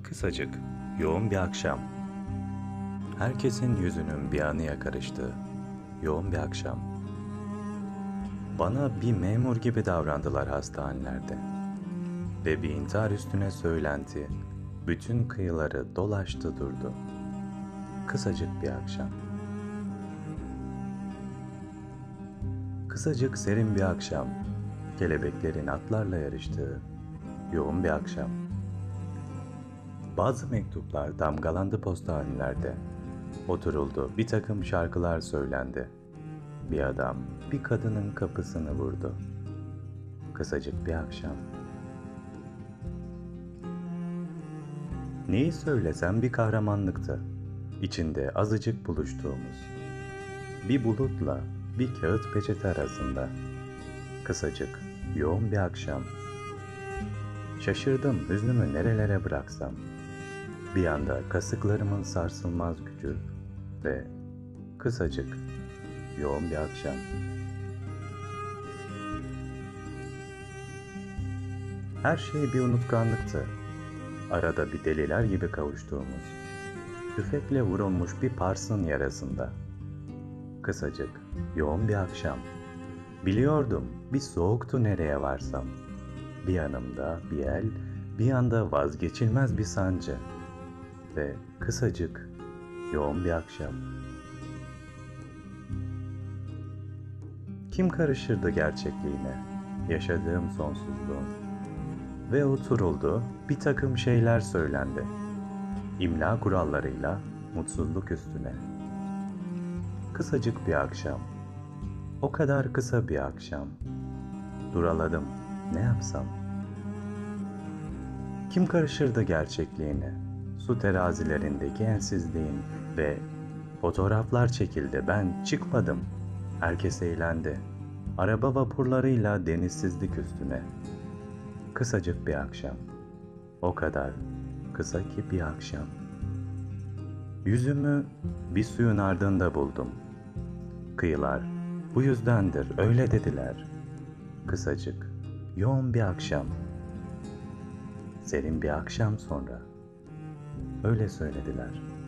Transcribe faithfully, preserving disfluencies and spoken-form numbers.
Kısacık, yoğun bir akşam. Herkesin yüzünün bir anıya karıştığı yoğun bir akşam. Bana bir memur gibi davrandılar hastanelerde. Ve bir intihar üstüne söylenti bütün kıyıları dolaştı durdu. Kısacık bir akşam. Kısacık serin bir akşam. Kelebeklerin atlarla yarıştığı yoğun bir akşam. Bazı mektuplar damgalandı postanelerde. Oturuldu, bir takım şarkılar söylendi. Bir adam bir kadının kapısını vurdu. Kısacık bir akşam. Neyi söylesem bir kahramanlıktı. İçinde azıcık buluştuğumuz. Bir bulutla bir kağıt peçete arasında. Kısacık, yoğun bir akşam. Şaşırdım hüznümü nerelere bıraksam. Bir anda kasıklarımın sarsılmaz gücü ve kısacık, yoğun bir akşam. Her şey bir unutkanlıktı. Arada bir deliler gibi kavuştuğumuz. Tüfekle vurulmuş bir parsın yarasında. Kısacık, yoğun bir akşam. Biliyordum bir soğuktu nereye varsam. Bir yanımda bir el, bir yanda vazgeçilmez bir sancı. Ve kısacık, yoğun bir akşam. Kim karışırdı gerçekliğine, yaşadığım sonsuzluğun? Ve oturuldu, bir takım şeyler söylendi. İmla kurallarıyla mutsuzluk üstüne. Kısacık bir akşam. O kadar kısa bir akşam. Duraladım, ne yapsam? Kim karışırdı gerçekliğine? Su terazilerindeki ensizliğin ve fotoğraflar çekildi, ben çıkmadım. Herkes eğlendi. Araba vapurlarıyla denizsizlik üstüne. Kısacık bir akşam. O kadar kısa ki bir akşam. Yüzümü bir suyun ardında buldum. Kıyılar bu yüzdendir öyle dediler. Kısacık, yoğun bir akşam. Serin bir akşam sonra. Öyle söylediler.